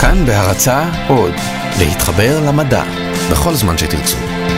כאן בהרצאה עוד, להתחבר למדע, בכל זמן שתרצו.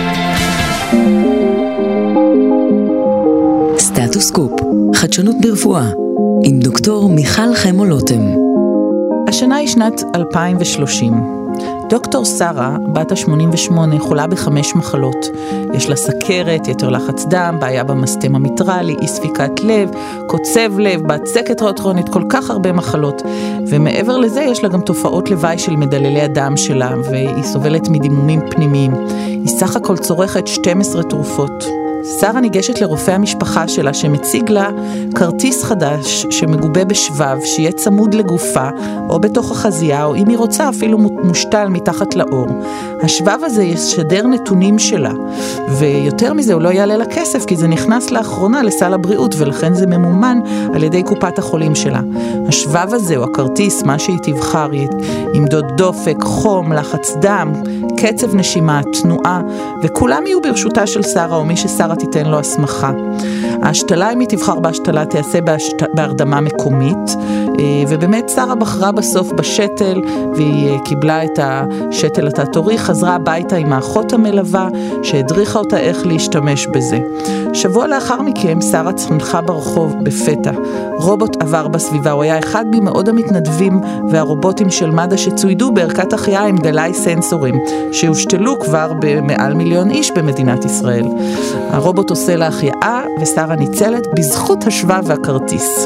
סטטוס קופ, חדשנות ברפואה, עם דוקטור מיכל חמו-לוטם. השנה היא שנת 2030. דוקטור שרה, בת ה-88, חולה ב5 מחלות. יש לה סכרת, יתר לחץ דם, בעיה במסתם המיטרלי, אי ספיקת לב, קוצב לב, בעצקת ריאותרונית, כל כך הרבה מחלות. ומעבר לזה יש לה גם תופעות לוואי של מדללי הדם שלה, והיא סובלת מדימומים פנימיים. היא סך הכל צורכת 12 תרופות. שרה ניגשת לרופא המשפחה שלה שמציג לה כרטיס חדש שמגובה בשבב שיהיה צמוד לגופה או בתוך החזייה או אם היא רוצה אפילו מושתל מתחת לאור. השבב הזה ישדר נתונים שלה ויותר מזה הוא לא יעלה לה כסף כי זה נכנס לאחרונה לסל הבריאות ולכן זה ממומן על ידי קופת החולים שלה. השבב הזה או הכרטיס, מה שהיא תבחר, ימדוד דופק, חום, לחץ דם, קצב נשימה, תנועה וכולם יהיו ברשותה של שרה או מי ששרה תיתן לו הסמכה. ההשתלה, אם היא תבחר בהשתלה, תיעשה בהרדמה מקומית, ובאמת שרה בחרה בסוף בשתל, והיא קיבלה את השתל התת-עורי, חזרה הביתה עם האחות המלווה, שהדריכה אותה איך להשתמש בזה. שבוע לאחר מכן, שרה צמחה ברחוב בפתע. רובוט עבר בסביבה, הוא היה אחד ממאוד המתנדבים והרובוטים של מד"א שצוידו בערכת החייאה עם גלאי סנסורים, שהושתלו כבר במעל 1,000,000 איש במדינת ישראל. הרובוט עושה לה החייאה, ושרה ניצלת בזכות השבב והכרטיס.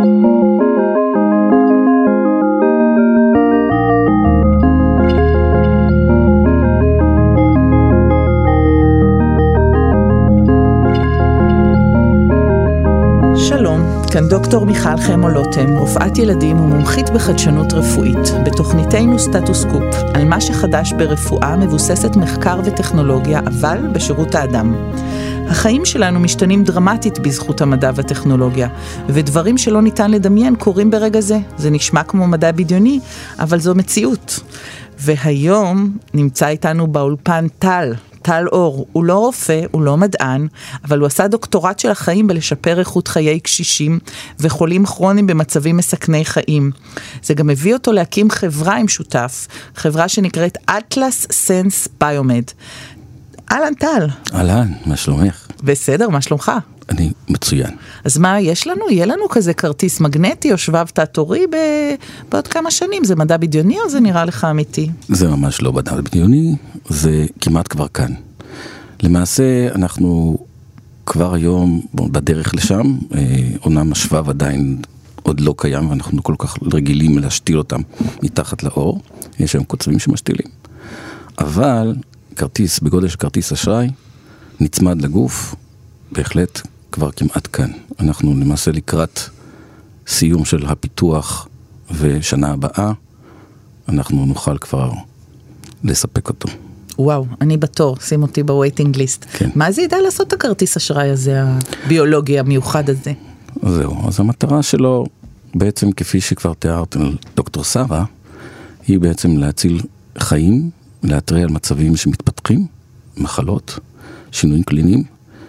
שלום, כאן דוקטור מיכל חמו-לוטם, רופאת ילדים ומומחית בחדשנות רפואית, בתוכניתנו סטטוס קופ, על מה שחדש ברפואה מבוססת מחקר וטכנולוגיה, אבל בשירות האדם. החיים שלנו משתנים דרמטית בזכות המדע והטכנולוגיה, ודברים שלא ניתן לדמיין קורים ברגע זה. זה נשמע כמו מדע בדיוני, אבל זו מציאות. והיום נמצא איתנו באולפן טל אור. הוא לא רופא, הוא לא מדען, אבל הוא עשה דוקטורט של החיים בלשפר איכות חיי קשישים וחולים כרוניים במצבים מסכני חיים. זה גם הביא אותו להקים חברה עם שותף, חברה שנקראת Atlas Sense Biomed. אהלן טל. אהלן, מה שלומך? בסדר, מה שלומך? אני מצוין. אז מה יש לנו? יהיה לנו כזה כרטיס מגנטי או שבב תת-עורי בעוד כמה שנים? זה מדע בדיוני או זה נראה לך אמיתי? זה ממש לא מדע בדיוני, זה כמעט כבר כאן. למעשה אנחנו כבר היום בדרך לשם, אומנם השבב עדיין עוד לא קיים ואנחנו כל כך רגילים להשתיל אותם מתחת לאור, יש היום קוצבים שמשתילים. אבל כרטיס בגודל של כרטיס אשראי נצמד לגוף, בהחלט כבר כמעט כאן. אנחנו למעשה לקראת סיום של הפיתוח ושנה הבאה, אנחנו נוכל כבר לספק אותו. וואו, אני בתור, שים אותי בווייטינג ליסט. כן. מה זה ידע לעשות את הכרטיס אשראי הזה, הביולוגי המיוחד הזה? זהו, אז המטרה שלו, בעצם כפי שכבר תיארת על דוקטור שרה, היא בעצם להציל חיים, להתריע על מצבים שמתפתחים, מחלות, שינויים קליניים,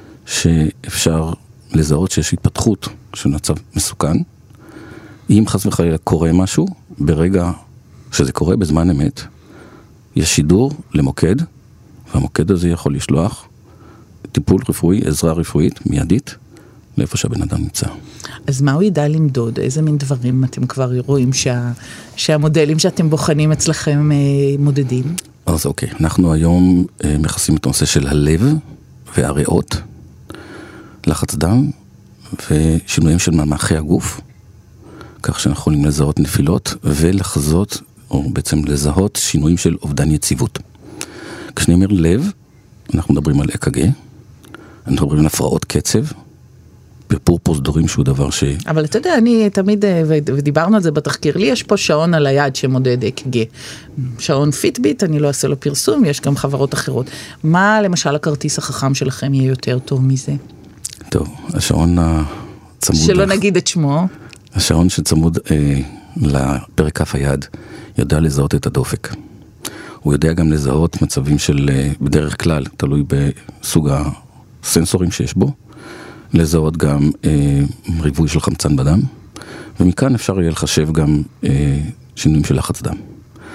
שאפשר לזהות שיש התפתחות של מצב מסוכן. אם חס וחלילה קורה משהו, ברגע שזה קורה בזמן אמת, יש שידור למוקד, והמוקד הזה יכול לשלוח טיפול רפואי, עזרה רפואית, מיידית, לאיפה שהבן אדם נמצא. אז מה הוא ידע למדוד? איזה מין דברים אתם כבר רואים שהמודלים שאתם בוחנים אצלכם מודדים? אז אוקיי, אנחנו היום מכסים את הנושא של הלב והריאות, לחץ דם ושינויים של ממערכי הגוף, כך שאנחנו יכולים לזהות נפילות ולחזות, או בעצם לזהות שינויים של אובדן יציבות. כשאני אומר לב, אנחנו מדברים על אק"ג, אנחנו מדברים על הפרעות קצב, פרפור פרוזדורים שהוא דבר ש... אבל אתה יודע, אני תמיד, ודיברנו על זה בתחקיר, לי יש פה שעון על היד שמודד אק"ג. שעון פיטביט, אני לא אעשה לו פרסום, יש גם חברות אחרות. מה למשל הכרטיס החכם שלכם יהיה יותר טוב מזה? טוב, השעון הצמוד... שלא נגיד את שמו. השעון שצמוד לפרק כף היד יודע לזהות את הדופק. הוא יודע גם לזהות מצבים של, בדרך כלל, תלוי בסוג הסנסורים שיש בו, לזהות גם ריבוי של חמצן בדם, ומכאן אפשר יהיה לחשב גם שינויים של לחץ דם.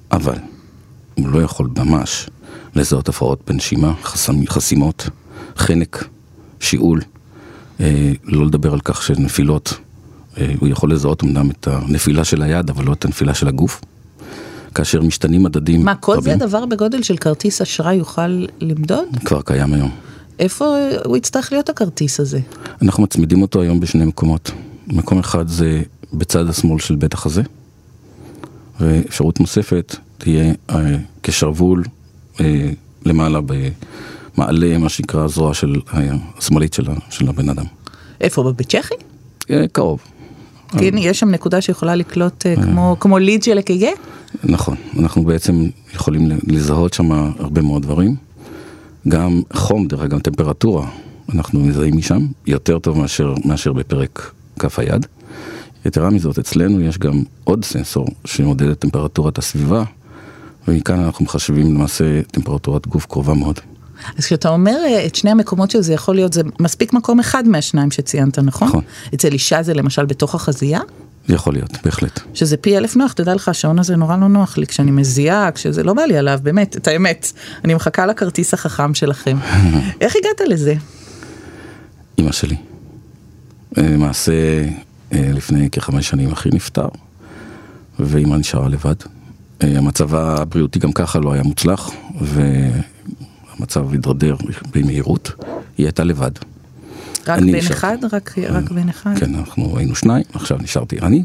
אבל הוא לא יכול ממש לזהות הפרעות בנשימה, חסימות, חנק, שיעול, לא לדבר על כך שנפילות, הוא יכול לזהות אמנם את הנפילה של היד, אבל לא את הנפילה של הגוף, כאשר משתנים מדדים. מה, כל זה דבר בגודל של כרטיס אשראי יוכל למדוד? כבר קיים היום. איפה הוא יצטרך להיות הכרטיס הזה? אנחנו מצמידים אותו היום בשני מקומות. מקום אחד זה בצד השמאל של בית החזה, ואפשרות נוספת תהיה כשרוול למעלה במעלה, מה שנקרא הזרוע השמאלית של הבן אדם. איפה, בבית צ'כי? קרוב. כן, יש שם נקודה שיכולה לקלוט כמו ליד של אק"ג? נכון, אנחנו בעצם יכולים לזהות שם הרבה מאוד דברים. גם חום, דרך גם טמפרטורה, אנחנו מזהים משם יותר טוב מאשר בפרק כף היד. יתרה מזאת, אצלנו יש גם עוד סנסור שמודד את טמפרטורת הסביבה, ומכאן אנחנו מחשבים למעשה טמפרטורת גוף קרובה מאוד. אז כשאתה אומר את שני המקומות שזה יכול להיות, זה מספיק מקום אחד מהשניים שציינת, נכון? נכון. אצל אישה זה למשל בתוך החזייה? זה יכול להיות, בהחלט. שזה פי 1000 נוח, תדע לך, השעון הזה נורא לא נוח לי, כשאני מזיעה, כשזה לא בא לי עליו, באמת, את האמת, אני מחכה לכרטיס החכם שלכם. איך הגעת לזה? אמא שלי. למעשה, לפני כ5 שנים אחי נפטר, ואמא נשארה לבד. המצב הבריאותי גם ככה לא היה מוצלח, והמצב התדרדר במהירות. היא הייתה לבד. רק בן אחד? רק בן אחד? כן, אנחנו היינו 2, עכשיו נשארתי אני,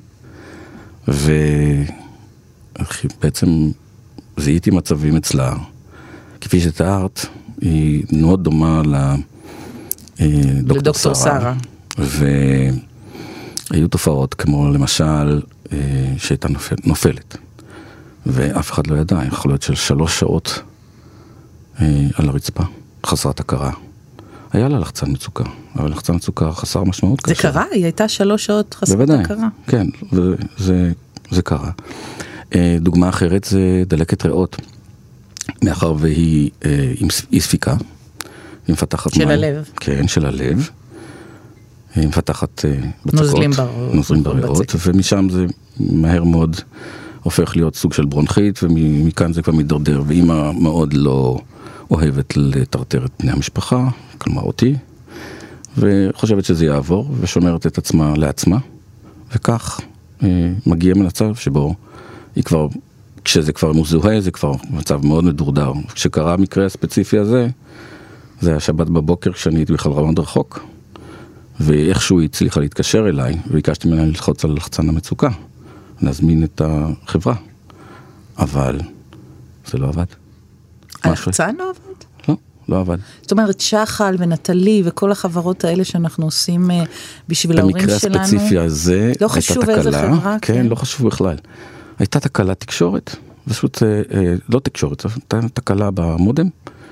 ובעצם זיהיתי מצבים אצלה, כפי שתיארת, היא מאוד דומה לדוקטור שרה. והיו תופעות כמו למשל שהייתה נופלת, ואף אחד לא ידע, יכול להיות של 3 שעות על הרצפה, חסרת הכרה. היה לה לחצן מצוקה, אבל לחצן מצוקה חסר משמעות. זה קרה? היא הייתה 3 שעות חסרת הכרה? כן, זה קרה. דוגמה אחרת זה דלקת ריאות, מאחר והיא אי ספיקה, היא מפתחת מים. של הלב. כן, של הלב. היא מפתחת בצקות. נוזלים בריאות, ומשם זה מהר מאוד הופך להיות סוג של ברונכית, ומכאן זה כבר מתדרדר, ואמא מאוד לא אוהבת לטרטר את בני המשפחה, כלומר אותי, וחושבת שזה יעבור, ושומרת את עצמה לעצמה, וכך מגיע ממצב שבו היא כבר, כשזה כבר מזוהה, זה כבר מצב מאוד מדורדר. כשקרה המקרה הספציפי הזה, זה היה שבת בבוקר, כשאני הייתי בכלל מאוד רחוק, ואיכשהו היא הצליחה להתקשר אליי, וביקשתי ממנה ללחוץ על לחצן המצוקה, להזמין את החברה. אבל זה לא עבד. הלחצן לא עבד? לא עבד. זאת אומרת, שחל ונטלי וכל החברות האלה שאנחנו עושים בשביל ההורים שלנו. במקרה הספציפי הזה, לא חשוב איזה חברה. כן, לא חשוב בכלל. הייתה תקלה תקשורת, פשוט לא תקשורת, הייתה תקלה במודם,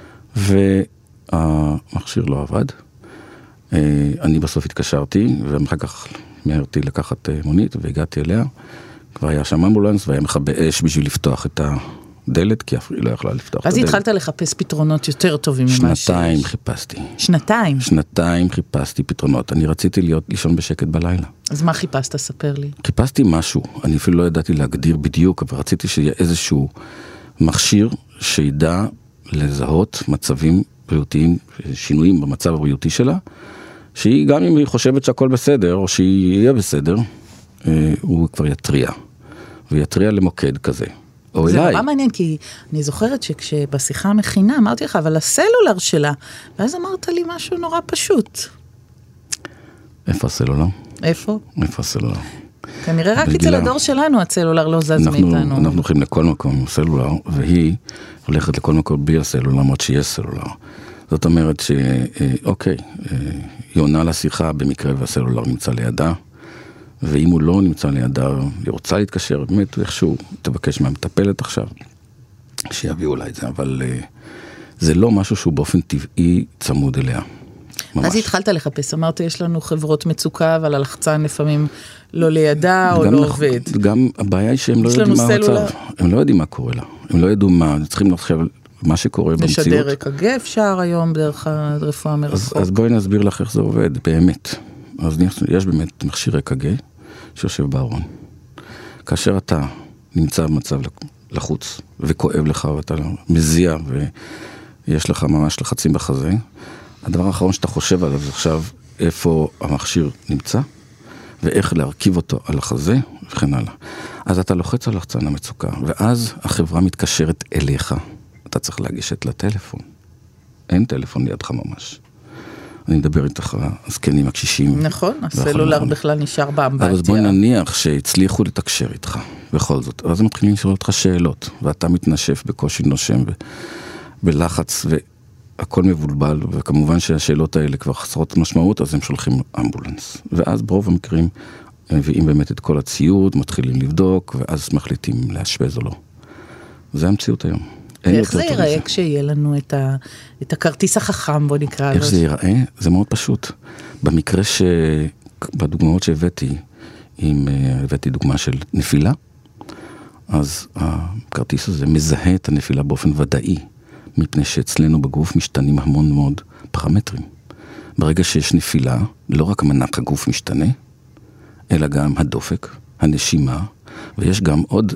והמכשיר לא עבד. אני בסוף התקשרתי, ואחר כך מהרתי לקחת מונית, והגעתי אליה. כבר היה שם אמבולנס, והיה מכבה אש בשביל לפתוח את דלת, כי היא לא יכלה לפתוח את הדלת. אז התחלת לחפש פתרונות יותר טובים ממה שיש. 2 חיפשתי. 2? 2 חיפשתי פתרונות. אני רציתי לישון בשקט בלילה. אז מה חיפשת? ספר לי. חיפשתי משהו. אני אפילו לא ידעתי להגדיר בדיוק, אבל רציתי שיהיה איזשהו מכשיר שידע לזהות מצבים בריאותיים, שינויים במצב הבריאותי שלה, שהיא גם אם היא חושבת שהכל בסדר, או שהיא יהיה בסדר, הוא כבר יטריע. ויטריע למוקד כזה. זה נורא מעניין, כי אני זוכרת שכשבשיחה המכינה אמרתי לך, אבל הסלולר שלה, ואז אמרת לי משהו נורא פשוט. איפה הסלולר? איפה? איפה הסלולר? כנראה רק אצל הדור שלנו הסלולר לא זז מאיתנו. אנחנו הולכים לכל מקום עם הסלולר, והיא הולכת לכל מקום בלי הסלולר, למרות שיש סלולר. זאת אומרת שאוקיי, היא עונה לשיחה במקרה והסלולר נמצא לידה, ואם הוא לא נמצא לידה, היא רוצה להתקשר, באמת איכשהו תבקש מהמטפלת עכשיו, שיביאו לה את זה, אבל זה לא משהו שהוא באופן טבעי צמוד אליה. אז התחלת לחפש, אמרת יש לנו חברות מצוקה, אבל הלחצן לפעמים לא לידה או לא עובד. גם הבעיה היא שהם לא יודעים מה המצב, הם לא יודעים מה קורה לה, הם לא ידעו מה, צריכים לחשב מה שקורה במציאות. לשדר אק"ג אפשר היום דרך הרפואה מרחוק. אז בואי נסביר לך איך זה עובד, באמת. אז יש באמת מכשיר אק"ג שיושב בארון. כאשר אתה נמצא במצב לחוץ וכואב לך ואתה מזיע ויש לך ממש לחצים בחזה, הדבר האחרון שאתה חושב עליו זה עכשיו איפה המכשיר נמצא ואיך להרכיב אותו על החזה וכן הלאה. אז אתה לוחץ על לחצן המצוקה ואז החברה מתקשרת אליך. אתה צריך להגישת לטלפון. אין טלפון לידך ממש. אני מדבר איתך, הזקנים הקשישים. נכון, הסלולר בכלל נשאר באמבטיה. אז בואי נניח שהצליחו לתקשר איתך, בכל זאת. אז הם מתחילים לשאול אותך שאלות, ואתה מתנשף בקושי נושם, בלחץ, והכל מבולבל, וכמובן שהשאלות האלה כבר חסרות משמעות, אז הם שולחים אמבולנס. ואז ברוב המקרים הם מביאים באמת את כל הציוד, מתחילים לבדוק, ואז מחליטים להשפז או לא. זה המציאות היום. ואיך זה ייראה כשיהיה לנו את הכרטיס החכם, בוא נקרא. איך זה ייראה? זה מאוד פשוט. במקרה בדוגמאות שהבאתי, הבאתי דוגמה של נפילה, אז הכרטיס הזה מזהה את הנפילה באופן ודאי, מפני שאצלנו בגוף משתנים המון מאוד פרמטרים. ברגע שיש נפילה, לא רק מנח הגוף משתנה, אלא גם הדופק, הנשימה, ויש גם עוד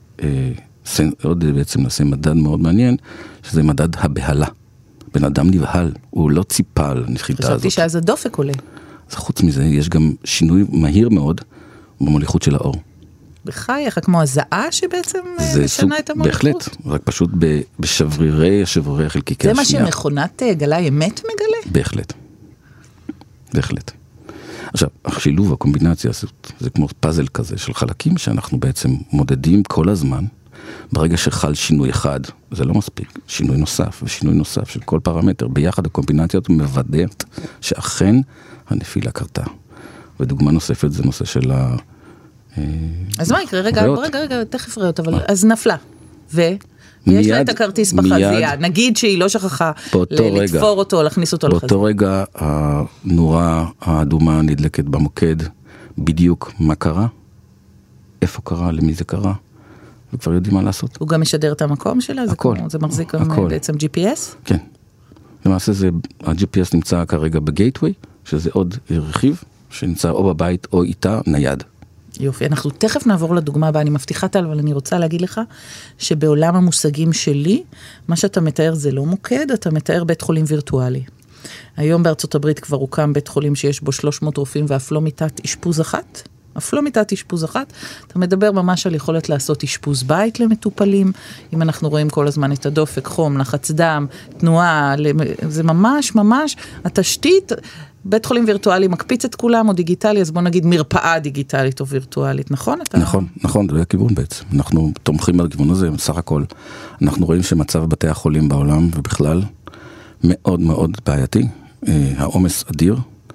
בעצם נעשה מדד מאוד מעניין, שזה מדד הבהלה. בן אדם נבהל, הוא לא ציפה על הנחיתה הזאת. חשבתי שאז הדופק עולה. אז חוץ מזה, יש גם שינוי מהיר מאוד במוליכות של האור. בחייך, כמו הזעה שבעצם משנה את המוליכות? בהחלט, רק פשוט בשברירי חלקיקי השנייה. זה מה שמכונת גלאי אמת מגלה? בהחלט. בהחלט. עכשיו, השילוב, הקומבינציה, זה כמו פאזל כזה של חלקים שאנחנו בעצם מודדים כל הזמן. ברגע שחל שינוי אחד, זה לא מספיק, שינוי נוסף ושינוי נוסף של כל פרמטר, ביחד הקומבינציות מוודאת שאכן הנפילה קרתה. ודוגמה נוספת זה נושא של אז מה יקרה? רגע, תכף ריאות, אבל אז נפלה. ויש לה את הכרטיס בחזייה. נגיד שהיא לא שכחה לתפור אותו, להכניס אותו לחזייה. באותו רגע הנורה האדומה נדלקת במוקד, בדיוק מה קרה, איפה קרה, למי זה קרה, וכבר יודעים מה לעשות. הוא גם משדר את המקום שלה? הכל. זה מחזיק גם בעצם GPS? כן. למעשה ה-GPS נמצא כרגע בגייטווי, שזה עוד רכיב שנמצא או בבית או איתה נייד. יופי, אנחנו תכף נעבור לדוגמה הבאה, אני מבטיחה טל, אבל אני רוצה להגיד לך שבעולם המושגים שלי, מה שאתה מתאר זה לא מוקד, אתה מתאר בית חולים וירטואלי. היום בארצות הברית כבר הוקם בית חולים שיש בו 300 רופאים ואף לא מיטת אשפוז אחת. אף לא מיטת אשפוז אחת. אתה מדבר ממש על יכולת לעשות אשפוז בית למטופלים. אם אנחנו רואים כל הזמן את הדופק, חום, לחץ דם, תנועה, זה ממש ממש התשתית. בית חולים וירטואלי מקפיץ את כולם או דיגיטלי, אז בוא נגיד מרפאה דיגיטלית או וירטואלית, נכון? נכון, זה הכיוון בעצם. אנחנו תומכים על הכיוון הזה, בסך הכל. אנחנו רואים שמצב בתי החולים בעולם ובכלל מאוד מאוד בעייתי. העומס אדיר.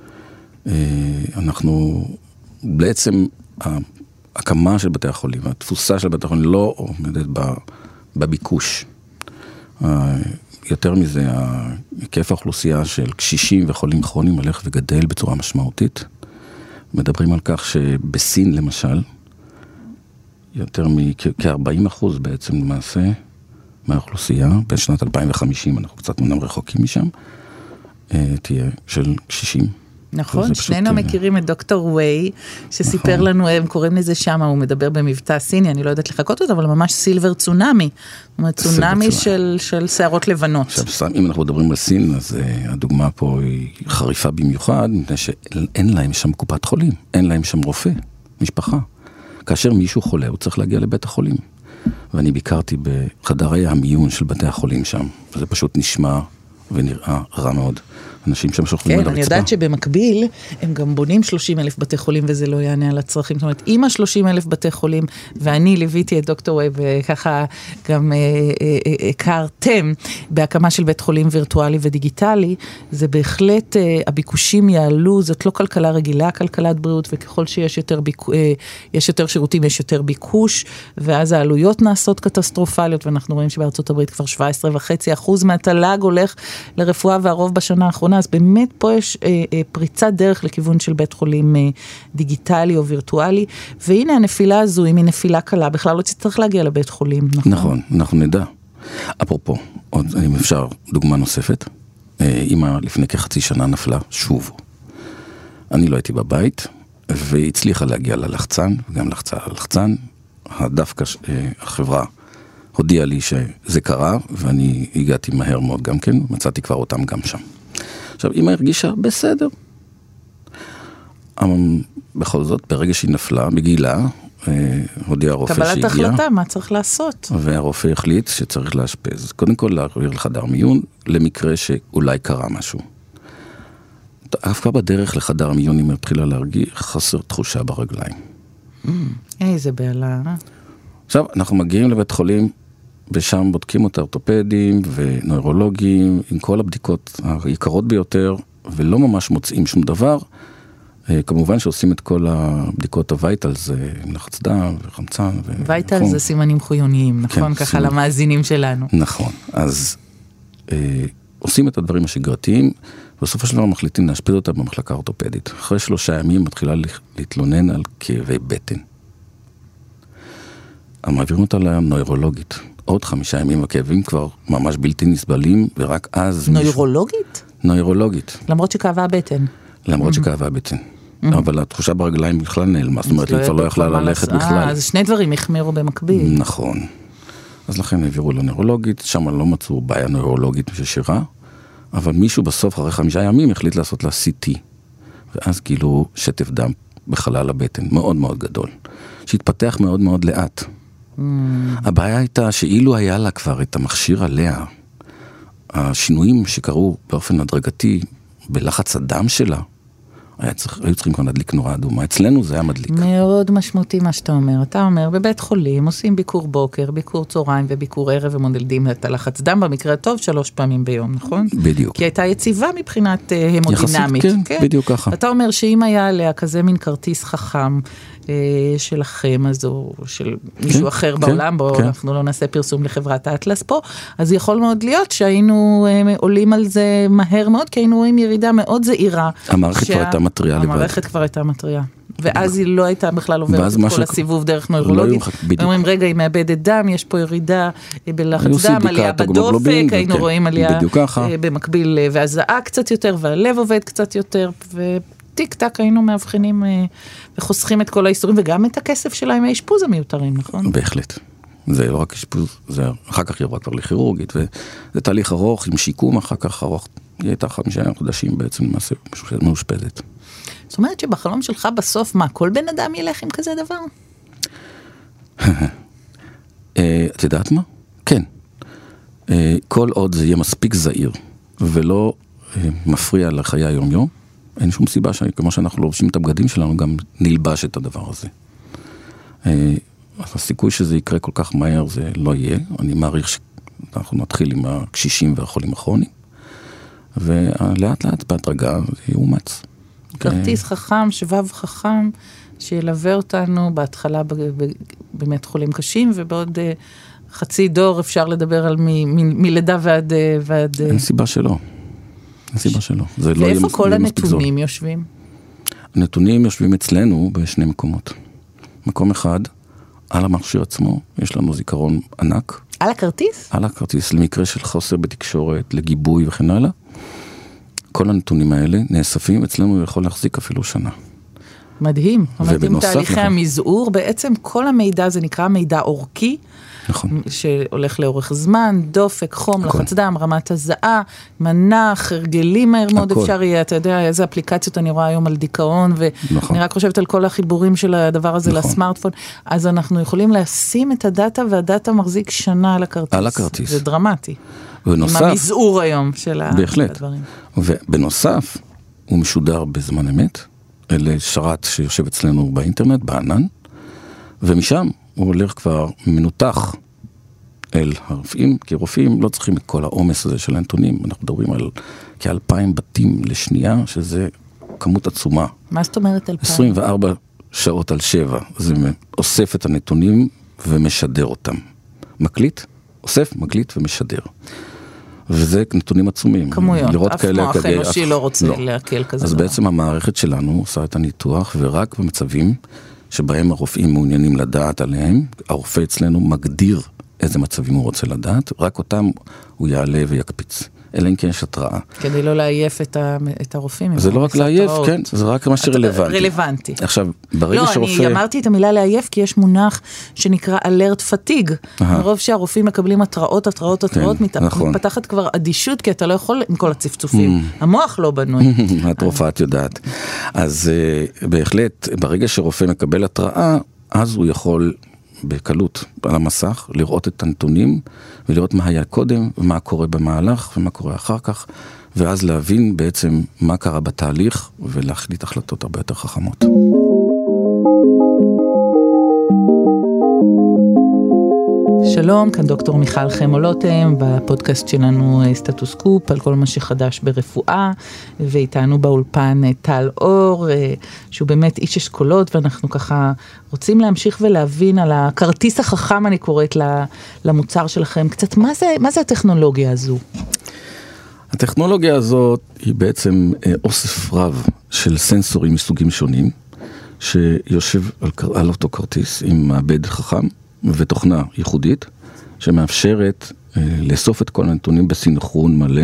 אנחנו בעצם ההקמה של בתי החולים, התפוסה של בתי החולים לא עומדת בביקוש. יותר מזה, היקף האוכלוסייה של קשישים וחולים כרוניים הולך וגדל בצורה משמעותית. מדברים על כך שבסין למשל, יותר מכ-40% בעצם למעשה מהאוכלוסייה, בין שנת 2050, אנחנו קצת מנם רחוקים משם, תהיה של קשישים. נכון, שנינו מכירים את דוקטור ווי, שסיפר לנו, הם קוראים לזה שם, הוא מדבר במבטא סיני, אני לא יודעת לחכות אותו, אבל ממש סילבר צונאמי, זאת אומרת, צונאמי של שערות לבנות. עכשיו, אם אנחנו מדברים על סין, אז הדוגמה פה היא חריפה במיוחד, מפני שאין להם שם קופת חולים, אין להם שם רופא, משפחה. כאשר מישהו חולה, הוא צריך להגיע לבית החולים. ואני ביקרתי בחדרי המיון של בתי החולים שם, וזה פשוט נשמע ונראה רע מאוד. אנשים שם שוכבים על הרצפה. כן, אני יודעת שבמקביל הם גם בונים 30,000 בתי חולים וזה לא יענה על הצרכים. זאת אומרת, עם ה-30,000 בתי חולים, ואני ליוויתי את דוקטור ווי וככה גם הכרתם בהקמה של בית חולים וירטואלי ודיגיטלי, זה בהחלט, הביקושים יעלו, זאת לא כלכלה רגילה, כלכלת בריאות, וככל שיש יותר שירותים, יש יותר ביקוש, ואז העלויות נעשות קטסטרופליות, ואנחנו רואים שבארצות הברית כבר 17.5% מהתל"ג הולך לרפואה והרוב בשנה האחרונה, אז באמת פה יש פריצת דרך לכיוון של בית חולים דיגיטלי או וירטואלי, והנה הנפילה הזו, אם היא נפילה קלה, בכלל לא צריך להגיע לבית חולים, נכון? נכון, אנחנו נדע. אפרופו, עוד, אם אפשר, דוגמה נוספת, אמא לפני כחצי שנה נפלה שוב. אני לא הייתי בבית, והצליחה להגיע ללחצן, וגם לחצה על לחצן, דווקא החברה הודיע לי שזה קרה, ואני הגעתי מהר מאוד גם כן, מצאתי כבר אותם גם שם. עכשיו, אמא הרגישה בסדר. בכל זאת, ברגע שהיא נפלה, בגילה, הודיע הרופא שהגיע. קבלת החלטה, מה צריך לעשות? והרופא החליט שצריך לאשפז. קודם כל להעביר לחדר מיון, למקרה שאולי קרה משהו. אף כבר בדרך לחדר מיון, היא מתחילה להרגיש חסר תחושה ברגליים. איזה בעלה. עכשיו, אנחנו מגיעים לבית חולים, ושם בודקים אותה אורתופדים ונוירולוגים, עם כל הבדיקות היקרות ביותר, ולא ממש מוצאים שום דבר. כמובן שעושים את כל הבדיקות הוויטלס, לחץ דם וחמצן. וייטלס זה סימנים חיוניים, נכון? ככה למאזינים שלנו. נכון, אז עושים את הדברים השגרתיים, ובסופו של דבר מחליטים להשפיד אותה במחלקה אורתופדית. אחרי 3 ימים מתחילה להתלונן על כאבי בטן. מעבירים אותה לנוירולוגית. עוד 5 ימים הכאבים כבר ממש בלתי נסבלים, ורק אז... נוירולוגית? נוירולוגית. למרות שכאבה הבטן. למרות שכאבה הבטן. אבל התחושה ברגליים בכלל נעלמה, זאת אומרת, היא כבר לא יכלה ללכת בכלל. אז 2 דברים החמירו במקביל. נכון. אז לכן העבירו לנוירולוגית, שם לא מצאו בעיה נוירולוגית ישירה, אבל מישהו בסוף, אחרי 5 ימים, החליט לעשות לה CT. ואז גילו שטף דם בחלל הבטן, מאוד מאוד גדול, שהתפתח מאוד מאוד לאט. הבעיה הייתה שאילו היה לה כבר את המכשיר עליה, השינויים שקרו באופן הדרגתי בלחץ הדם שלה, היו צריכים כאן להדליק נורה אדומה. אצלנו זה היה מדליק. מאוד משמעותי מה שאתה אומר. אתה אומר, בבית חולים עושים ביקור בוקר, ביקור צהריים וביקור ערב ומודדים את הלחץ דם, במקרה הטוב 3 פעמים ביום, נכון? בדיוק. כי הייתה יציבה מבחינת המודינמית. יחסית, כן, בדיוק ככה. אתה אומר שאם היה עליה כזה מין כרטיס חכם שלכם, אז או של מישהו אחר בעולם, בו אנחנו לא נעשה פרסום לחברת האטלס פה, אז יכול מאוד להיות שהיינו עולים על זה מהר מאוד, כי היינו רואים ירידה מאוד זהירה. המערכת כבר הייתה מטריה לבד. המערכת כבר הייתה מטריה. ואז היא לא הייתה בכלל עוברת את כל הסיבוב דרך נוירולוגית. אומרים, רגע, היא מאבדת דם, יש פה ירידה בלחץ דם, עלייה בדופק, היינו רואים עלייה במקביל, והזעה קצת יותר, והלב עובד קצת יותר, טיק טק היינו מאבחנים וחוסכים את כל האיסורים, וגם את הכסף שלהם האשפוז המיותרים, נכון? בהחלט. זה לא רק אשפוז, זה אחר כך היא עברה כבר לכירורגית, וזה תהליך ארוך עם שיקום, אחר כך ארוך, היא הייתה 5 חודשים בעצם למעשה מאושפזת. זאת אומרת שבחלום שלך בסוף, מה, כל בן אדם ילך עם כזה דבר? את יודעת מה? כן. כל עוד זה יהיה מספיק זהיר, ולא מפריע לחיי היום-יום, אין שום סיבה שכמו שאנחנו לובשים את הבגדים שלנו, גם נלבש את הדבר הזה. הסיכוי שזה יקרה כל כך מהר זה לא יהיה. אני מעריך שאנחנו נתחיל עם הקשישים והחולים הכרוניים, ולאט לאט בהדרגה זה יאומץ. כרטיס חכם, שבב חכם, שילווה אותנו בהתחלה באמת חולים קשים, ובעוד חצי דור אפשר לדבר על מלידה ועד... אין סיבה שלא. אין סיבה שלא. ואיפה כל הנתונים יושבים? הנתונים יושבים אצלנו בשני מקומות. מקום אחד, על המכשיר עצמו, יש לנו זיכרון ענק. על הכרטיס? על הכרטיס, למקרה של חוסר בתקשורת, לגיבוי וכן הלאה. כל הנתונים האלה נאספים, אצלנו יכול להחזיק אפילו שנה. מדהים. עם תהליכי המזעור, בעצם כל המידע, זה נקרא מידע אורכי, נכון. שהולך לאורך זמן, דופק, חום, לחץ דם, רמת הזעה, מנח, הרגלים מהר מאוד אפשר יהיה, אתה יודע, איזה אפליקציות אני רואה היום על דיכאון, ואני רק חושבת על כל החיבורים של הדבר הזה לסמארטפון, אז אנחנו יכולים לשים את הדאטה, והדאטה מחזיק שנה על הכרטיס. על הכרטיס. זה דרמטי. ונוסף, עם המזעור היום של הדברים. ובנוסף, הוא משודר בזמן אמת, אלה שרת שיושב אצלנו באינטרנט, בענן, ומשם הוא הולך כבר מנותח אל הרופאים, כי רופאים לא צריכים את כל העומס הזה של הנתונים, אנחנו מדברים על כ-2,000 בתים לשנייה, שזה כמות עצומה. מה זאת אומרת 2,000? 24 שעות על 7, זה אוסף את הנתונים ומשדר אותם. מקליט, אוסף, מקליט ומשדר. וזה נתונים עצומים. כמויות, אף מוח אנושי לא רוצה להקל כזה. אז בעצם המערכת שלנו עושה את הניתוח, ורק במצבים שבהם הרופאים מעוניינים לדעת עליהם, הרופא אצלנו מגדיר איזה מצבים הוא רוצה לדעת, רק אותם הוא יעלה ויקפיץ. אלא אם כן יש התראה. כדי לא לעייף את הרופאים. זה לא רק לעייף, כן, זה רק מה שרלוונטי. רלוונטי. עכשיו, ברגע שרופא... לא, אני אמרתי את המילה לעייף, כי יש מונח שנקרא alert fatigue. מרוב שהרופאים מקבלים התראות, מתפתחת כבר אדישות, כי אתה לא יכול עם כל הצפצופים. המוח לא בנוי. את רופאה, את יודעת. אז בהחלט, ברגע שרופא מקבל התראה, אז הוא יכול בקלות על המסך לראות את הנתונים, ולראות מה היה קודם, ומה קורה במהלך, ומה קורה אחר כך, ואז להבין בעצם מה קרה בתהליך, ולהחליט החלטות הרבה יותר חכמות. שלום, כאן דוקטור מיכל חמולותם, בפודקאסט שלנו סטטוס קופ, על כל מה שחדש ברפואה, ואיתנו באולפן טל אור, שהוא באמת איש אשכולות, ואנחנו ככה רוצים להמשיך ולהבין על הכרטיס החכם, אני קוראת למוצר שלכם, קצת מה זה הטכנולוגיה הזו? הטכנולוגיה הזאת היא בעצם אוסף רב של סנסורים מסוגים שונים, שיושב על אותו כרטיס עם מעבד חכם, ותוכנה ייחודית, שמאפשרת לאסוף את כל הנתונים בסינכרון מלא,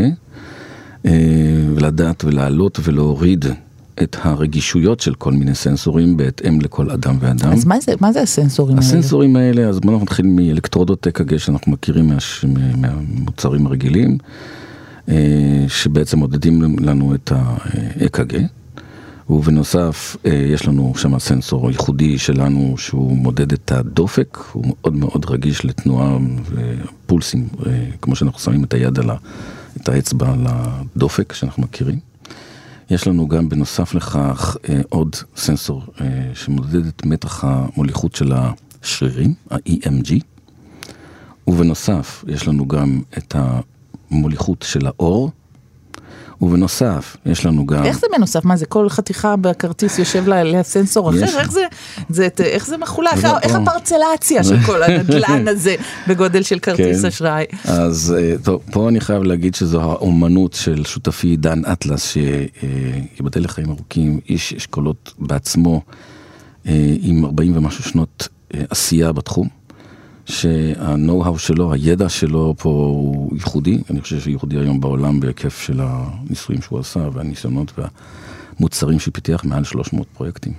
ולדעת ולעלות ולהוריד את הרגישויות של כל מיני סנסורים, בהתאם לכל אדם ואדם. אז מה זה הסנסורים האלה? הסנסורים האלה, אז בואו נתחיל מאלקטרודות אק"ג, שאנחנו מכירים מהמוצרים הרגילים, שבעצם מודדים לנו את ה-אק"ג, ובנוסף, יש לנו שם סנסור ייחודי שלנו, שהוא מודד את הדופק, הוא מאוד מאוד רגיש לתנועה ופולסים, כמו שאנחנו שמים את היד את האצבע על הדופק שאנחנו מכירים. יש לנו גם בנוסף לכך עוד סנסור שמודד את מתח המוליכות של השרירים, ה-EMG, ובנוסף יש לנו גם את המוליכות של האור, ובנוסף, יש לנו גם... איך זה בנוסף? מה זה? כל חתיכה בכרטיס יושב לסנסור אחר? איך זה מחולק? איך הפרצלציה של כל הנדלן הזה בגודל של כרטיס אשראי? אז פה אני חייב להגיד שזו האומנות של שותפי דן אטלס, שיבדל לחיים ארוכים, איש אשכולות בעצמו, עם 40 ומשהו שנות עשייה בתחום. שהנואו-האו שלו, הידע שלו פה הוא ייחודי, אני חושב שהוא ייחודי היום בעולם בהיקף של הניסויים שהוא עשה, והניסיונות והמוצרים שפיתח מעל 300 פרויקטים.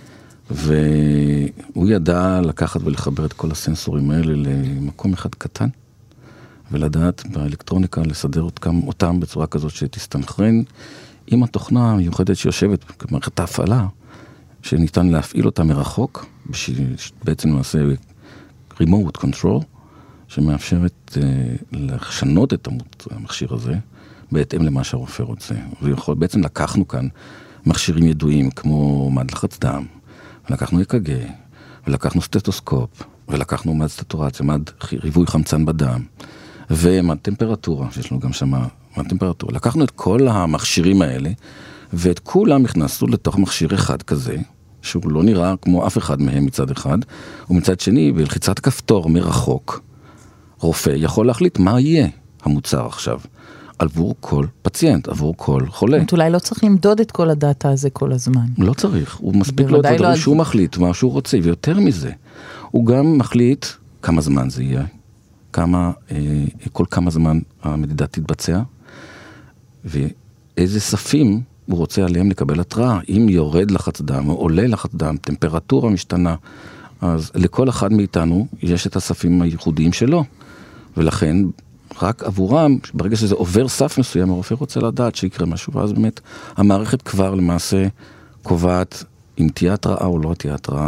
והוא ידע לקחת ולחבר את כל הסנסורים האלה למקום אחד קטן, ולדעת באלקטרוניקה לסדר אותם בצורה כזאת שתסתנכרן עם התוכנה המיוחדת שיושבת במערכת ההפעלה, שניתן להפעיל אותה מרחוק, בעצם נעשה remote control, שמאפשרת לשנות את המכשיר הזה, בהתאם למה שהרופא רוצה. בעצם לקחנו כאן מכשירים ידועים, כמו מד לחץ דם, ולקחנו אק"ג, ולקחנו סטטוסקופ, ולקחנו מד סטטורציה, מד ריבוי חמצן בדם, ומד טמפרטורה, שיש לנו גם שם מד טמפרטורה. לקחנו את כל המכשירים האלה, ואת כולם הכנסנו לתוך מכשיר אחד כזה, שהוא לא נראה כמו אף אחד מהם מצד אחד, ומצד שני, בלחיצת כפתור מרחוק, רופא יכול להחליט מה יהיה המוצר עכשיו, עבור כל פציינט, עבור כל חולה. אולי לא צריך למדוד את כל הדאטה הזה כל הזמן. לא צריך, הוא מספיק לו את הדברים שהוא מחליט, מה שהוא רוצה, ויותר מזה, הוא גם מחליט כמה זמן זה יהיה, כל כמה זמן המדידה תתבצע, ואיזה ספים הוא רוצה עליהם לקבל התראה. אם יורד לחץ דם או עולה לחץ דם, טמפרטורה משתנה, אז לכל אחד מאיתנו יש את הספים הייחודיים שלו. ולכן, רק עבורם, ברגע שזה עובר סף מסוים, הרופא רוצה לדעת שיקרה משהו, ואז באמת המערכת כבר למעשה קובעת אם תהיה התראה או לא תהיה התראה.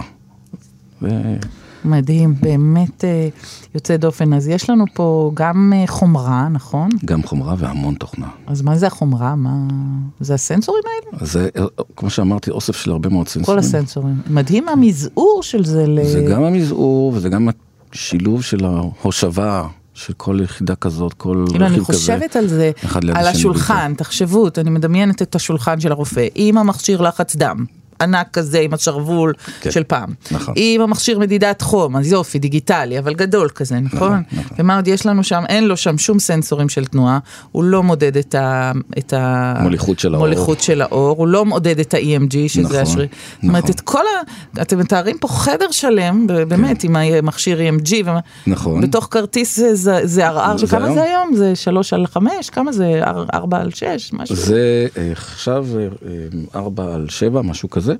מדהים, באמת יוצא דופן. אז יש לנו פה גם חומרה, נכון? גם חומרה והמון תוכנה. אז מה זה החומרה? זה הסנסורים האלה? זה, כמו שאמרתי, אוסף של הרבה מאוד סנסורים. כל הסנסורים. מדהים המזעור של זה. זה גם המזעור, וזה גם השילוב של ההושבה, של כל יחידה כזאת, כל רכיב כזה. אני חושבת על זה, על השולחן, תחשבו, אני מדמיינת את השולחן של הרופא, עם המכשיר לחץ דם. ענק כזה עם השרוול של פעם. נכון. עם המכשיר מדידת חום, אז יופי, דיגיטלי, אבל גדול כזה, נכון? ומה עוד יש לנו שם? אין לו שם שום סנסורים של תנועה, הוא לא מודד את המוליכות של האור, הוא לא מודד את ה-EMG, שזה השריר. זאת אומרת, את כל אתם מתארים פה חדר שלם, באמת, עם המכשיר EMG, נכון. בתוך כרטיס זה RR, שכמה זה היום? זה 3/5? כמה זה? 4/6? משהו? זה עכשיו 4/7, משהו כזה,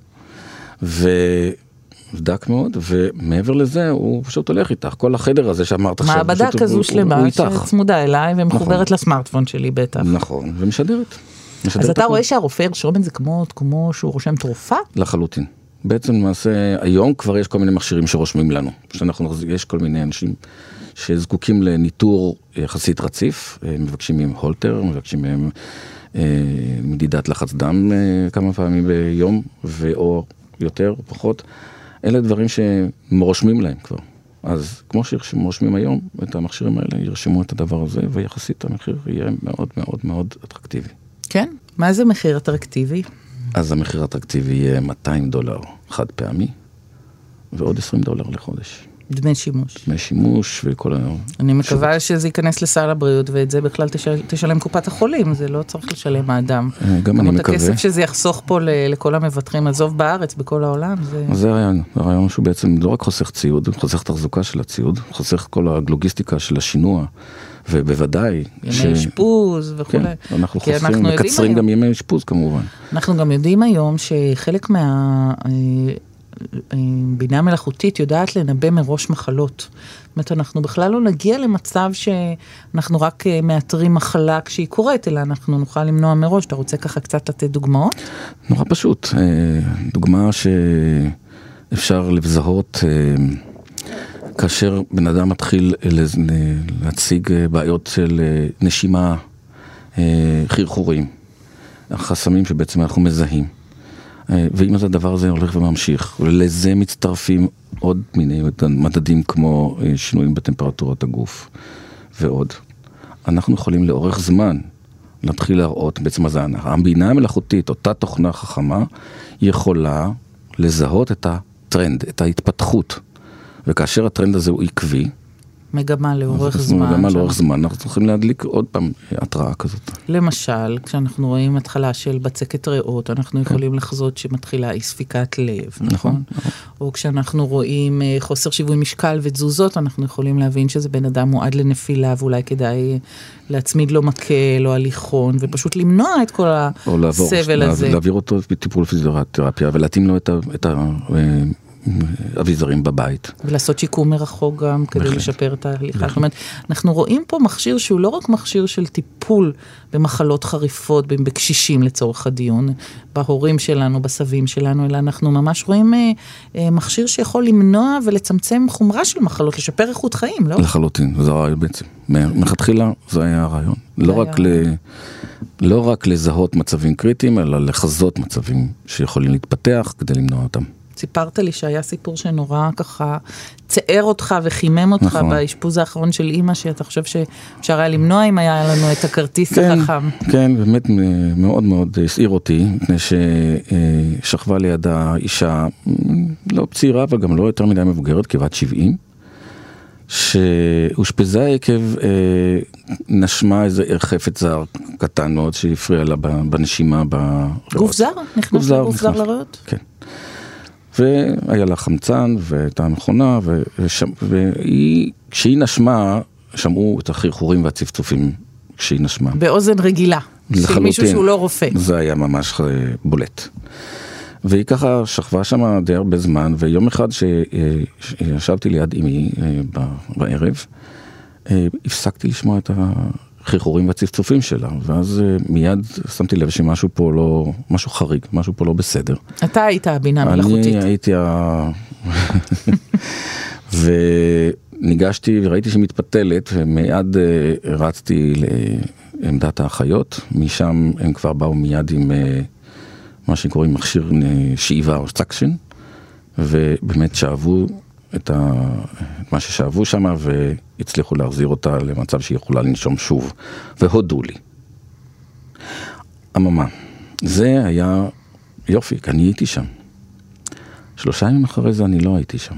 ודק מאוד, ומעבר לזה הוא פשוט הולך איתך, כל החדר הזה שאמרת עכשיו, מעבדה כזו שלמה, שצמודה אליי, ומחוברת לסמארטפון שלי בטח. נכון, ומשדרת. אז אתה רואה שהרופא ירשום את זה כמו שהוא רושם תרופה? לחלוטין. בעצם למעשה, היום כבר יש כל מיני מכשירים שרושמים לנו. יש כל מיני אנשים שזקוקים לניטור יחסית רציף, מבקשים מהם הולטר, מבקשים מהם מדידת לחץ דם כמה פעמים ביום, או יותר או פחות. אלה דברים שמרושמים להם כבר. אז כמו שרושמים היום את המכשירים האלה, ירשמו את הדבר הזה, ויחסית המחיר יהיה מאוד מאוד מאוד אטרקטיבי. כן? מה זה מחיר אטרקטיבי? אז המחיר האטרקטיבי יהיה $200 חד פעמי, ועוד $20 לחודש. דמי שימוש. דמי שימוש וכל אני מקווה שזה ייכנס לסל הבריאות, ואת זה בכלל תשלם קופת החולים, זה לא צריך לשלם האדם. גם אני מקווה. את הכסף שזה יחסוך פה לכל המבטחים, עזוב בארץ, בכל העולם. זה הרעיון. הרעיון שהוא בעצם לא רק חוסך ציוד, חוסך תחזוקה של הציוד, חוסך כל הלוגיסטיקה של השינוע, ובוודאי ימי אשפוז וכו'. כן, אנחנו חוסכים, מקצרים גם ימי אשפוז כמובן. אנחנו גם יודעים היום שחלק בינה מלאכותית יודעת לנבא מראש מחלות. זאת אומרת, אנחנו בכלל לא נגיע למצב שאנחנו רק מאתרים מחלה כשהיא קורית, אלא אנחנו נוכל למנוע מראש. אתה רוצה ככה קצת לתת דוגמאות? נורא פשוט. דוגמה שאפשר לזהות כאשר בן אדם מתחיל להציג בעיות של נשימה, חרחורים, החסמים שבעצם אנחנו מזהים. ואם אז הדבר הזה הולך וממשיך, ולזה מצטרפים עוד מיני מדדים כמו שינויים בטמפרטורת הגוף ועוד. אנחנו יכולים לאורך זמן להתחיל להראות בעצם הזן. הבינה המלאכותית, אותה תוכנה חכמה, יכולה לזהות את הטרנד, את ההתפתחות. וכאשר הטרנד הזה הוא עקבי, מגמה לאורך זמן. מגמה לאורך זמן, אנחנו צריכים להדליק עוד פעם התראה כזאת. למשל, כשאנחנו רואים התחלה של בצקת ריאות, אנחנו יכולים לחזות שמתחילה אי ספיקת לב, נכון? או כשאנחנו רואים חוסר שיווי משקל ותזוזות, אנחנו יכולים להבין שזה בן אדם מועד לנפילה, ואולי כדאי להצמיד לו מקל או הליכון, ופשוט למנוע את כל הסבל הזה. או להעביר אותו בטיפול פיזיותרפיה, ולהתאים לו את אביזרים בבית. ולעשות שיקום מרחוק גם כדי לשפר את ההליכה. זאת אומרת, אנחנו רואים פה מכשיר שהוא לא רק מכשיר של טיפול במחלות חריפות, בקשישים לצורך הדיון, בהורים שלנו, בסבים שלנו, אלא אנחנו ממש רואים מכשיר שיכול למנוע ולצמצם חומרה של מחלות, לשפר איכות חיים, לא? לחלוטין, זה הרעיון בעצם. מלכתחילה זה היה הרעיון. לא רק לזהות מצבים קריטיים, אלא לחזות מצבים שיכולים להתפתח כדי למנוע אותם. סיפרת לי שהיה סיפור שנורא ככה צער אותך וחימם אותך באשפוז האחרון של אמא, שאתה חושב שאפשר היה למנוע אם היה לנו את הכרטיס החכם. כן, באמת מאוד מאוד הסעיר אותי, מפני ששכבה לידה אישה לא צעירה, אבל גם לא יותר מדי מבוגרת, כבת 70, שהושפזה עקב נשמה איזה חפץ זר קטן מאוד שהפריע לה בנשימה. גוף זר? נכנס לגוף זר לריאות? כן. והיה לה חמצן והייתה מכונה, וכשהיא נשמה, שמעו את החרחורים והצפצופים כשהיא נשמה. באוזן רגילה, של מישהו שהוא לא רופא. זה היה ממש בולט. והיא ככה שכבה שם די הרבה זמן, ויום אחד שישבתי ליד אמי בערב, הפסקתי לשמוע את החרחורים והצפצופים שלה, ואז מיד שמתי לב שמשהו פה לא, משהו חריג, משהו פה לא בסדר. אתה היית הבינה מלאכותית. אני הייתי וניגשתי וראיתי שהיא מתפתלת, ומיד רצתי לעמדת האחיות, משם הם כבר באו מיד עם מה שקוראים מכשיר שאיבה או סקשן, ובאמת שאבו את מה ששאבו שם, והצליחו להחזיר אותה למצב שהיא יכולה לנשום שוב, והודו לי. אממה, זה היה יופי, כי אני הייתי שם. 3 ימים אחרי זה אני לא הייתי שם.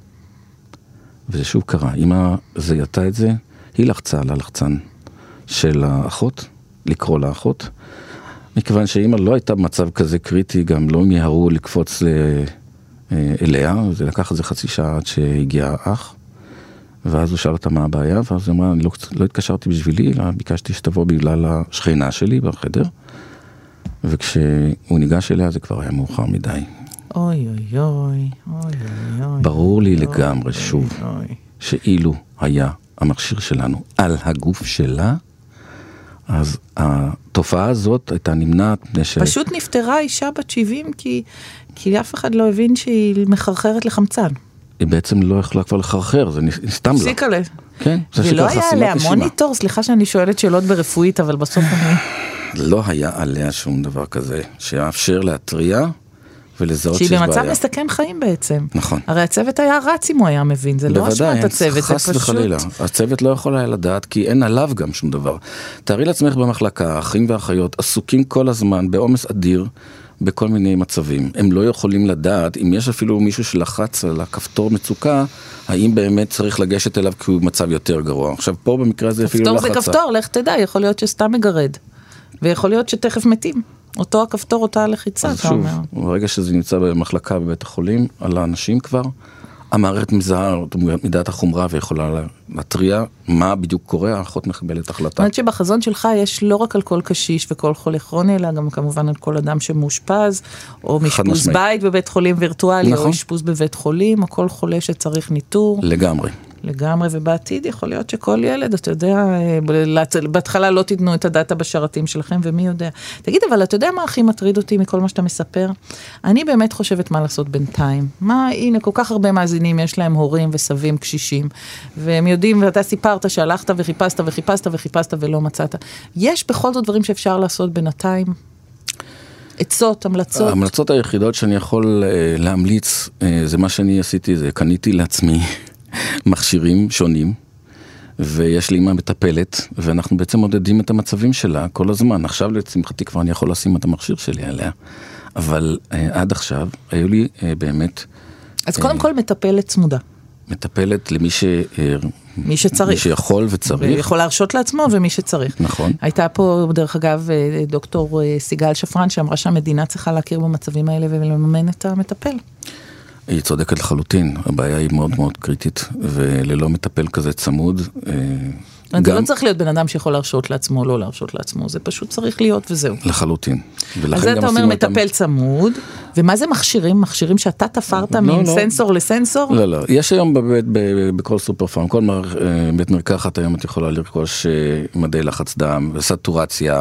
וזה שוב קרה. אמא זיהתה את זה, היא לחצה על הלחצן של האחות, לקרוא לאחות, מכיוון שאמא לא הייתה במצב כזה קריטי, גם לא מיהרו לקפוץ אליה, זה לקח איזה חצי שעה עד שהגיע האח, ואז הוא שאל אותה מה הבעיה, ואז היא אמרה, אני לא התקשרתי בשבילי, אלא ביקשתי שתבוא בגלל השכנה שלי בחדר, וכשהוא ניגש אליה זה כבר היה מאוחר מדי. אוי אוי אוי, אוי אוי. ברור לי לגמרי שוב, שאילו היה המכשיר שלנו על הגוף שלה, אז התופעה הזאת הייתה נמנעת. פשוט נפטרה אישה בת 70, כי אף אחד לא הבין שהיא מחרחרת לחמצן. היא בעצם לא יכולה כבר לחרחר, זה נסתם לה. הפסיקה לה. כן, ולא היה עליה מוניטור, סליחה שאני שואלת שאלות ברפואית, אבל בסוף אני... לא היה עליה שום דבר כזה, שיאפשר להטריע ולזהות שיש בעיה. שהיא במצב מסכן חיים בעצם. נכון. הרי הצוות היה רץ אם הוא היה מבין, זה לא אשמת הצוות, זה פשוט... וחלילה. הצוות לא יכול היה לדעת, כי אין עליו גם שום דבר. תארי לעצמך במחלקה, אחים ואחיות עסוקים כל הזמן בעומס אדיר, בכל מיני מצבים. הם לא יכולים לדעת, אם יש אפילו מישהו שלחץ על הכפתור מצוקה, האם באמת צריך לגשת אליו כי הוא מצב יותר גרוע. עכשיו פה במקרה הזה אפילו לחצה. כפתור זה כפתור, לך תדע, יכול להיות שסתם מגרד. ויכול להיות שתכף מתים. אותו הכפתור, אותה הלחיצה, אתה אומר. ברגע שזה נמצא במחלקה בבית החולים, על האנשים כבר, המערכת מזהה מידת החומרה ויכולה להטריע מה בדיוק קורה, האחות מקבלת החלטה. זאת אומרת שבחזון שלך יש לא רק על כל קשיש וכל חולה כרוני, אלא גם כמובן על כל אדם שמאושפז, או משפוז בית בבית חולים וירטואלי, או אשפוז בבית חולים, או כל חולה שצריך ניטור. לגמרי. לגמרי, ובעתיד יכול להיות שכל ילד, אתה יודע, בהתחלה לא תיתנו את הדאטה בשרתים שלכם, ומי יודע. תגיד, אבל אתה יודע מה הכי מטריד אותי מכל מה שאתה מספר? אני באמת חושבת מה לעשות בינתיים. הנה, כל כך הרבה מאזינים, יש להם הורים וסבים קשישים, והם יודעים, ואתה סיפרת שהלכת וחיפשת וחיפשת וחיפשת ולא מצאת. יש בכל זאת דברים שאפשר לעשות בינתיים? עצות, המלצות? ההמלצות היחידות שאני יכול להמליץ, זה מה שאני עשיתי, זה קניתי לעצמי מכשירים שונים, ויש לי אמא מטפלת, ואנחנו בעצם מודדים את המצבים שלה כל הזמן. עכשיו לצמחתי כבר אני יכול לשים את המכשיר שלי עליה, אבל עד עכשיו היו לי באמת... אז קודם כל מטפלת צמודה. מטפלת למי מי שצריך. מי שיכול וצריך. יכול להרשות לעצמו ומי שצריך. נכון. הייתה פה, דרך אגב, דוקטור סיגל שפרן, שאמרה שהמדינה צריכה להכיר במצבים האלה ולממן את המטפל. היא צודקת לחלוטין, הבעיה היא מאוד מאוד קריטית, וללא מטפל כזה צמוד. זה לא צריך להיות בן אדם שיכול להרשות לעצמו, לא להרשות לעצמו, זה פשוט צריך להיות וזהו. לחלוטין. אז אתה אומר מטפל צמוד, ומה זה מכשירים? מכשירים שאתה תפרת מסנסור לסנסור? לא, לא. יש היום בכל סופר פארם, כל בית מרקחת היום את יכולה לרכוש מדי לחץ דם וסטורציה,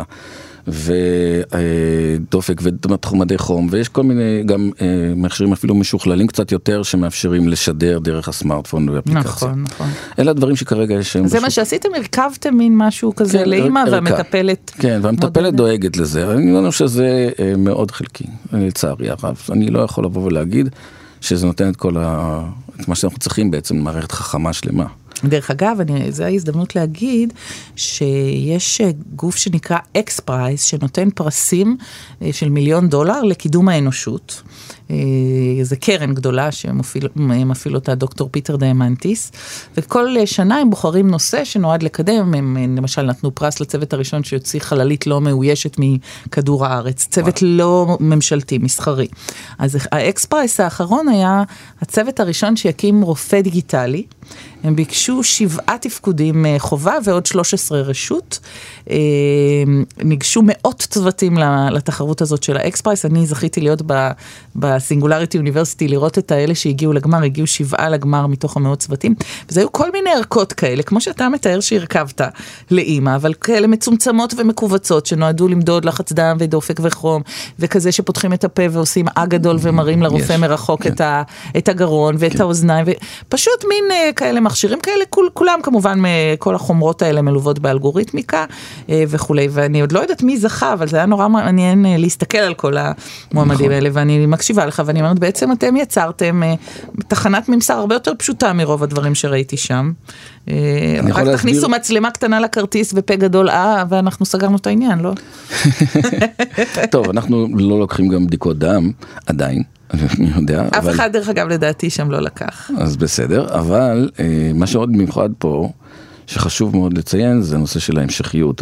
ודופק ומדי חום, ויש כל מיני גם מכשירים אפילו משוכללים קצת יותר שמאפשרים לשדר דרך הסמארטפון ואפליקציה. נכון, נכון. אלה הדברים שכרגע יש... זה מה שעשיתם, הרכבתם מין משהו כזה לאמא והמטפלת... כן, והמטפלת דואגת לזה. אני חושב שזה מאוד חלקי, לצערי הרב. אני לא יכול לבוא ולהגיד שזה נותן את מה שאנחנו צריכים בעצם, מערכת חכמה שלמה. דרך אגב, זו ההזדמנות להגיד שיש גוף שנקרא אקספרייס, שנותן פרסים של $1,000,000 לקידום האנושות. זו קרן גדולה שמפעיל אותה דוקטור פיטר דיאמנטיס, וכל שנה הם בוחרים נושא שנועד לקדם, הם למשל נתנו פרס לצוות הראשון שיוציא חללית לא מאוישת מכדור הארץ, צוות לא ממשלתי, מסחרי. אז האקספרייס האחרון היה הצוות הראשון שיקים רופא דיגיטלי, הם ביקשו 7 תפקודים חובה ועוד 13 רשות, ניגשו מאות צוותים לתחרות הזאת של האקספרייס, אני זכיתי להיות בסינגולריטי אוניברסיטי, לראות את האלה שהגיעו לגמר, הגיעו 7 לגמר מתוך המאות צוותים, וזה היו כל מיני ערכות כאלה, כמו שאתה מתאר שהרכבת לאמא, אבל כאלה מצומצמות ומקובצות, שנועדו למדוד לחץ דם ודופק וחום, וכזה שפותחים את הפה ועושים גדול ומראים לרופא מרחוק את הגרון ואת האוזניים, ופשוט מין כאלה מכשירים כאלה, כולם כמובן כל החומרות האלה מלוות באלגוריתמיקה וכולי, ואני עוד לא יודעת מי זכה, אבל זה היה נורא מעניין להסתכל על כל המועמדים האלה, ואני מקשיבה לך, ואני אומרת, בעצם אתם יצרתם תחנת ממסר הרבה יותר פשוטה מרוב הדברים שראיתי שם. רק תכניסו מצלמה קטנה לכרטיס ופה גדול, ואנחנו סגרנו את העניין, לא? טוב, אנחנו לא לוקחים גם בדיקות דם, עדיין. אני יודע. אף אחד דרך אגב לדעתי שם לא לקח. אז בסדר, אבל מה שעוד במיוחד פה, שחשוב מאוד לציין, זה הנושא של ההמשכיות.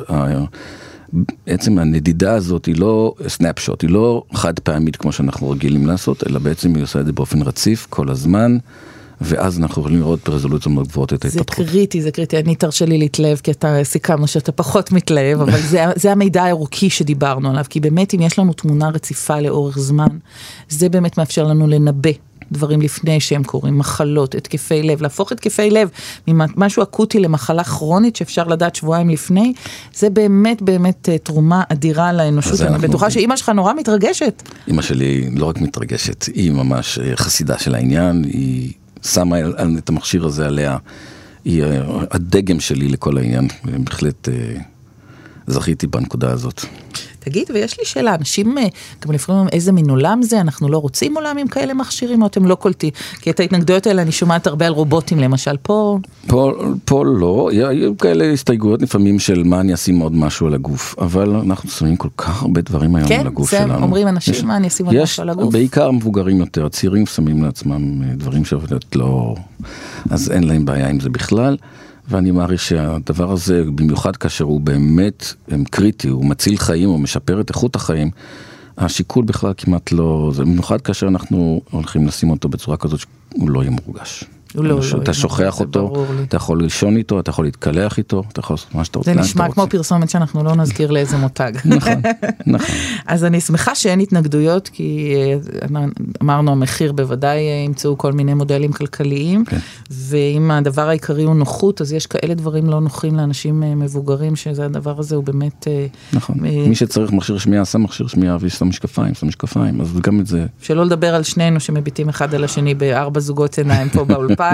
בעצם הנדידה הזאת היא לא סנאפשוט, היא לא חד פעמית כמו שאנחנו רגילים לעשות, אלא בעצם היא עושה את זה באופן רציף כל הזמן, ואז אנחנו יכולים לראות ברזולוציות מאוד גבוהות את ההתפתחות. זה קריטי, אני תרשה לי להתלהב, כי אתה סיכמנו שאתה פחות מתלהב, אבל זה המידע הערכי שדיברנו עליו, כי באמת אם יש לנו תמונה רציפה לאורך זמן, זה באמת מאפשר לנו לנבא דברים לפני שהם קוראים, מחלות, התקפי לב, להפוך התקפי לב ממשהו אקוטי למחלה כרונית שאפשר לדעת שבועיים לפני, זה באמת באמת תרומה אדירה לאנושות. אני בטוחה שאמא שלך נורא מתרגשת. אמא שלי לא רק מתרגשת, היא ממש חסידה של העניין, היא שמה את המכשיר הזה עליה, היא הדגם שלי לכל העניין, בהחלט זכיתי בנקודה הזאת. תגיד, ויש לי שאלה, אנשים גם לפעמים איזה מין עולם זה, אנחנו לא רוצים עולם עם כאלה מכשירים, או אתם לא קולטים? כי את ההתנגדויות האלה אני שומעת הרבה על רובוטים, למשל, פה לא, היו כאלה הסתייגויות לפעמים של מה אני אשים עוד משהו על הגוף, אבל אנחנו שמים כל כך הרבה דברים היום על הגוף שלנו. כן, אומרים אנשים מה אני אשים עוד משהו על הגוף? בעיקר מבוגרים יותר, צעירים שמים לעצמם דברים שעובדת לא, אז אין להם בעיה עם זה בכלל. ואני מעריך שהדבר הזה, במיוחד כאשר הוא באמת קריטי, הוא מציל חיים, הוא משפר את איכות החיים, השיקול בכלל כמעט לא, זה במיוחד כאשר אנחנו הולכים לשים אותו בצורה כזאת שהוא לא יהיה מורגש. אתה שוכח אותו, אתה יכול לישון איתו, אתה יכול להתקלח איתו, אתה יכול לעשות מה שאתה רוצה. זה נשמע כמו פרסומת שאנחנו לא נזכיר לאיזה מותג. נכון, נכון. אז אני שמחה שאין התנגדויות, כי אמרנו המחיר בוודאי ימצאו כל מיני מודלים כלכליים, ואם הדבר העיקרי הוא נוחות, אז יש כאלה דברים לא נוחים לאנשים מבוגרים, שזה הדבר הזה הוא באמת... נכון, מי שצריך מכשיר שמיעה, שם מכשיר שמיעה, ושם משקפיים, אז גם את זה... שלא לדבר על שנינו שמביטים אחד על השני ב4 זוגות עיניים פה באולפן.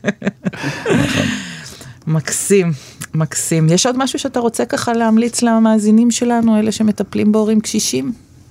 מקסים, מקסים. יש עוד משהו שאתה רוצה ככה להמליץ למאזינים שלנו, אלה שמטפלים בהורים קשישים?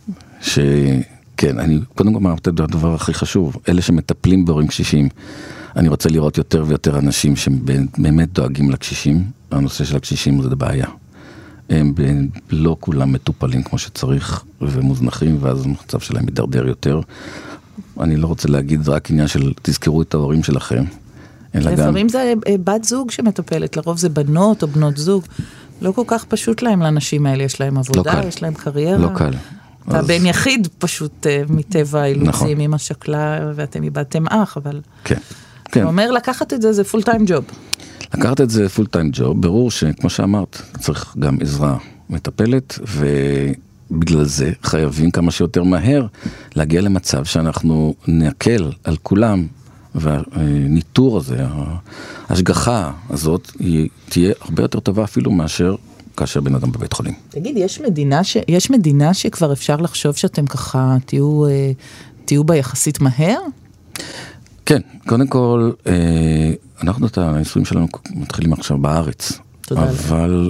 כן, אני קודם כל אמרתי את הדבר הכי חשוב, אלה שמטפלים בהורים קשישים, אני רוצה לראות יותר ויותר אנשים שבאמת דואגים לקשישים, הנושא של הקשישים זה בעיה. הם לא כולם מטופלים כמו שצריך ומוזנחים, ואז המצב שלהם מדרדר יותר. אני לא רוצה להגיד רק עניין של תזכרו את ההורים שלכם, אלא גם... לפעמים זה בת זוג שמטפלת, לרוב זה בנות או בנות זוג, לא כל כך פשוט להם לאנשים האלה, יש להם עבודה, יש להם קריירה. לא קל. אתה בן יחיד פשוט מטבע האילוצים, אמא שקלה ואתם איבדתם אח, אבל... כן. אתה אומר לקחת את זה, זה פול טיים ג'וב. לקחת את זה פול טיים ג'וב, ברור שכמו שאמרת, צריך גם עזרה מטפלת, ובגלל זה חייבים כמה שיותר מהר להגיע למצב שאנחנו נקל על כולם, והניטור הזה, ההשגחה הזאת, היא תהיה הרבה יותר טובה אפילו מאשר כאשר בן אדם בבית חולים. תגיד, יש מדינה שכבר אפשר לחשוב שאתם ככה תהיו בה יחסית מהר? כן, קודם כל, אנחנו את הניסויים שלנו מתחילים עכשיו בארץ, אבל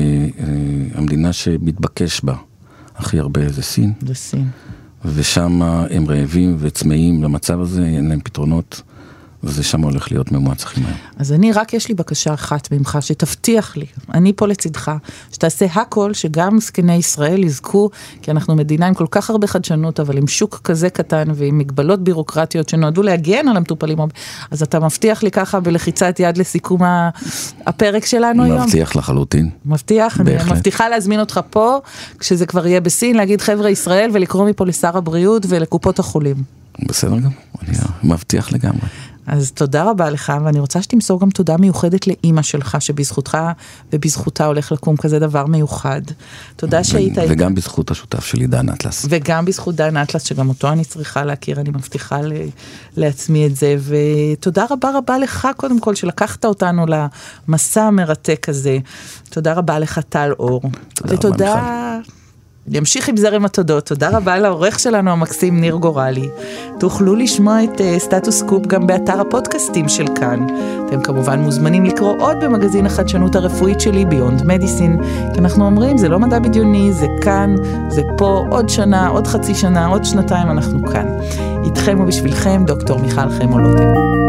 המדינה שמתבקש בה הכי הרבה זה סין. זה סין. ושם הם רעבים וצמאים למצב הזה, אין להם פתרונות, וזה שם הולך להיות ממועצ מהר. אז יש לי בקשה אחת ממך, שתבטיח לי, אני פה לצדך, שתעשה הכל, שגם זקני ישראל יזכו, כי אנחנו מדינה עם כל כך הרבה חדשנות, אבל עם שוק כזה קטן, ועם מגבלות בירוקרטיות שנועדו להגן על המטופלים, אז אתה מבטיח לי ככה, בלחיצת יד לסיכום הפרק שלנו היום? מבטיח לחלוטין. מבטיח, אני מבטיחה להזמין אותך פה, כשזה כבר יהיה בסין, להגיד חבר'ה ישראל, ולקרוא מפה לשר הבריאות ולקופות החולים. בסדר גם, אני מבטיח לגמרי. אז תודה רבה לך, ואני רוצה שתמסור גם תודה מיוחדת לאמא שלך, שבזכותך ובזכותה הולך לקום כזה דבר מיוחד. תודה שהיית איתה. וגם בזכות השותף שלי, דן אטלס. וגם בזכות דן אטלס, שגם אותו אני צריכה להכיר, אני מבטיחה לעצמי את זה, ותודה רבה רבה לך, קודם כל, שלקחת אותנו למסע המרתק הזה. תודה רבה לך, טל אור. ותודה... ימשיך עם זרם התודות. תודה רבה לעורך שלנו המקסים ניר גורלי. תוכלו לשמוע את סטטוס קופ גם באתר הפודקאסטים של כאן. אתם כמובן מוזמנים לקרוא עוד במגזין החדשנות הרפואית שלי, ביונד מדיסין, כי אנחנו אומרים, זה לא מדע בדיוני, זה כאן, זה פה, עוד שנה, עוד חצי שנה, עוד שנתיים, אנחנו כאן. איתכם ובשבילכם, דוקטור מיכל חמו לוטם.